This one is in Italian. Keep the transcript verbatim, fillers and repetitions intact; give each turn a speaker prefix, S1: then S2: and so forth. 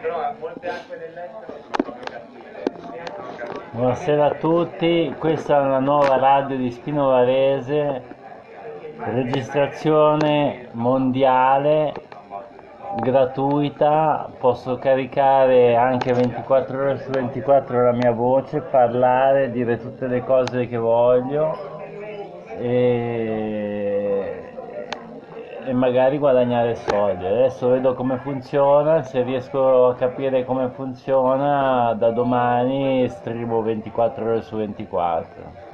S1: Buonasera a tutti, questa è una nuova radio di Spino Varese, registrazione mondiale, gratuita, posso caricare anche ventiquattro ore su ventiquattro la mia voce, parlare, dire tutte le cose che voglio e, e magari guadagnare soldi. Adesso vedo come funziona, se riesco a capire come funziona da domani streamo ventiquattro ore su ventiquattro.